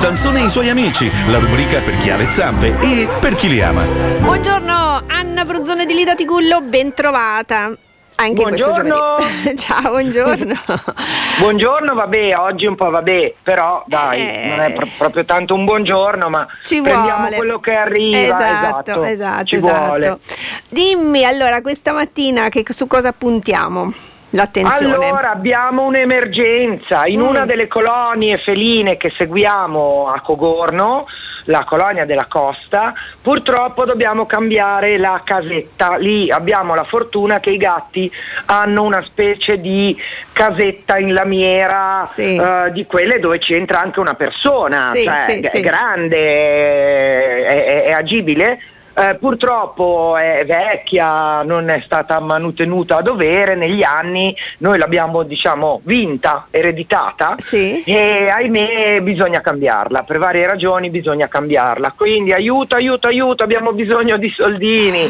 Sansone e i suoi amici, la rubrica per chi ha le zampe e per chi li ama. Buongiorno Anna Bruzzone di Lida Tigullo, ben trovata. Anche buongiorno. Ciao, buongiorno. Buongiorno, vabbè, oggi un po' vabbè, però dai, non è proprio tanto un buongiorno, ma ci prendiamo vuole. quello che arriva. Esatto, ci vuole. Dimmi allora, questa mattina su cosa puntiamo? L'attenzione. Allora, abbiamo un'emergenza in una delle colonie feline che seguiamo a Cogorno, la colonia della Costa. Purtroppo dobbiamo cambiare la casetta. Lì abbiamo la fortuna che i gatti hanno una specie di casetta in lamiera, sì. Di quelle dove ci entra anche una persona, sì, è grande, è agibile. Purtroppo è vecchia, non è stata manutenuta a dovere negli anni, noi l'abbiamo vinta, ereditata, sì. E ahimè bisogna cambiarla, per varie ragioni bisogna cambiarla, quindi aiuto, abbiamo bisogno di soldini,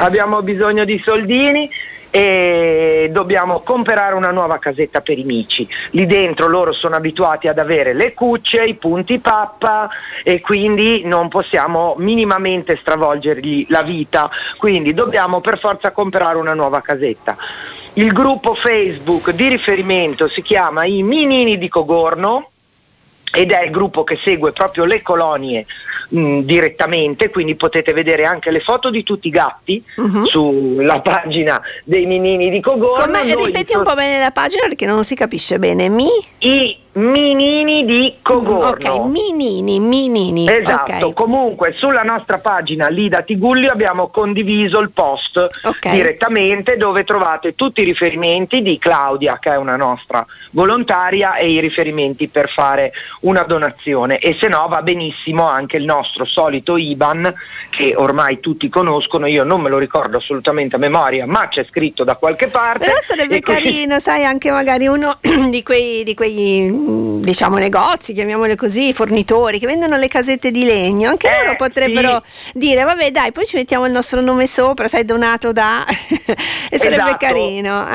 e dobbiamo comprare una nuova casetta per i mici. Lì dentro loro sono abituati ad avere le cucce, i punti pappa, e quindi non possiamo minimamente stravolgergli la vita, quindi dobbiamo per forza comprare una nuova casetta. Il gruppo Facebook di riferimento si chiama I Minini di Cogorno ed è il gruppo che segue proprio le colonie direttamente, quindi potete vedere anche le foto di tutti i gatti sulla pagina dei Minini di Cogorno. Ripeti un po' bene la pagina perché non si capisce bene. I Minini di Cogorno. Ok, Minini. Esatto, okay. Comunque sulla nostra pagina Lida Tigullio abbiamo condiviso il post direttamente, dove trovate tutti i riferimenti di Claudia, che è una nostra volontaria, e i riferimenti per fare una donazione, e se no va benissimo anche il nostro solito IBAN che ormai tutti conoscono, io non me lo ricordo assolutamente a memoria, ma c'è scritto da qualche parte. Però sarebbe carino, sai, anche magari uno di quei negozi, chiamiamole così, fornitori che vendono le casette di legno, anche loro potrebbero dire vabbè dai, poi ci mettiamo il nostro nome sopra, sai, donato da e sarebbe carino.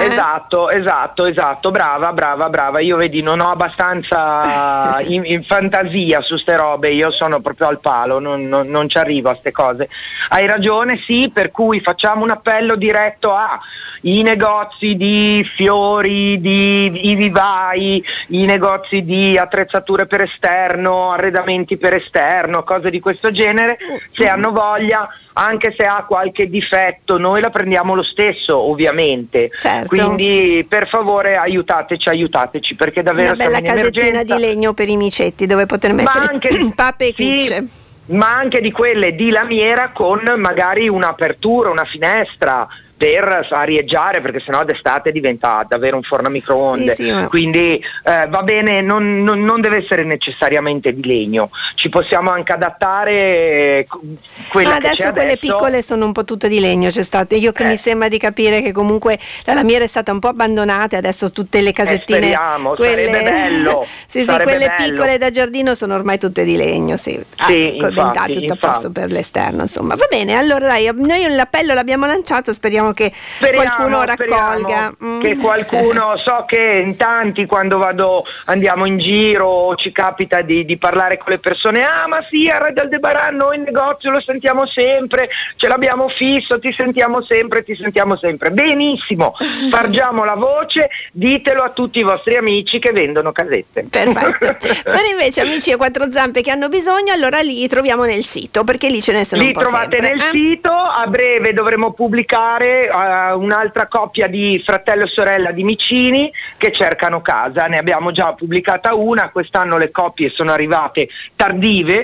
Esatto, brava, io vedi non ho abbastanza in fantasia su ste robe, io sono proprio al palo, non ci arrivo a ste cose. Hai ragione, sì, per cui facciamo un appello diretto ai negozi di fiori, di vivai, i negozi di attrezzature per esterno, arredamenti per esterno, cose di questo genere, se hanno voglia, anche se ha qualche difetto, noi la prendiamo lo stesso, ovviamente. Certo. Quindi per favore aiutateci, perché davvero una bella casettina di legno per i micetti dove poter mettere pappe e cucce. Ma anche di quelle di lamiera con magari un'apertura, una finestra per arieggiare, perché sennò d'estate diventa davvero un forno a microonde. Sì, quindi va bene, non deve essere necessariamente di legno, ci possiamo anche adattare quella che c'è adesso. Quelle piccole sono un po' tutte di legno, c'è state. Io che mi sembra di capire che comunque la lamiera è stata un po' abbandonata, adesso tutte le casettine speriamo, sarebbe bello. Quelle bello. piccole da giardino sono ormai tutte di legno, col vantaggio tutto a posto per l'esterno, insomma. Va bene, allora dai, noi l'appello l'abbiamo lanciato, speriamo che qualcuno raccolga. Che qualcuno, so che in tanti quando andiamo in giro ci capita di parlare con le persone, ma sì, a Red Aldebaran noi in negozio lo sentiamo sempre, ce l'abbiamo fisso, ti sentiamo sempre. Benissimo, spargiamo la voce, ditelo a tutti i vostri amici che vendono casette. Perfetto. Per invece amici a quattro zampe che hanno bisogno, allora li troviamo nel sito, perché lì ce ne sono un po' trovate sempre. Nel sito, a breve dovremo pubblicare un'altra coppia di fratello e sorella di micini che cercano casa, ne abbiamo già pubblicata una, quest'anno le coppie sono arrivate tardive,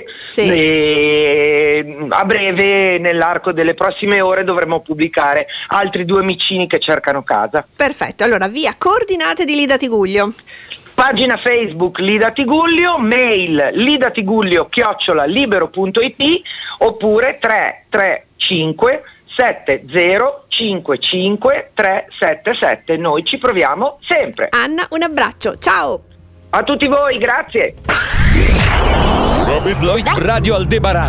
e a breve nell'arco delle prossime ore dovremo pubblicare altri 2 micini che cercano casa. Perfetto, allora via coordinate di Lida Tigullio. Pagina Facebook Lida Tigullio, mail lidatigullio@libero.it oppure 335 7055 377. Noi ci proviamo sempre. Anna, un abbraccio, ciao a tutti voi, grazie. Radio Aldebaran.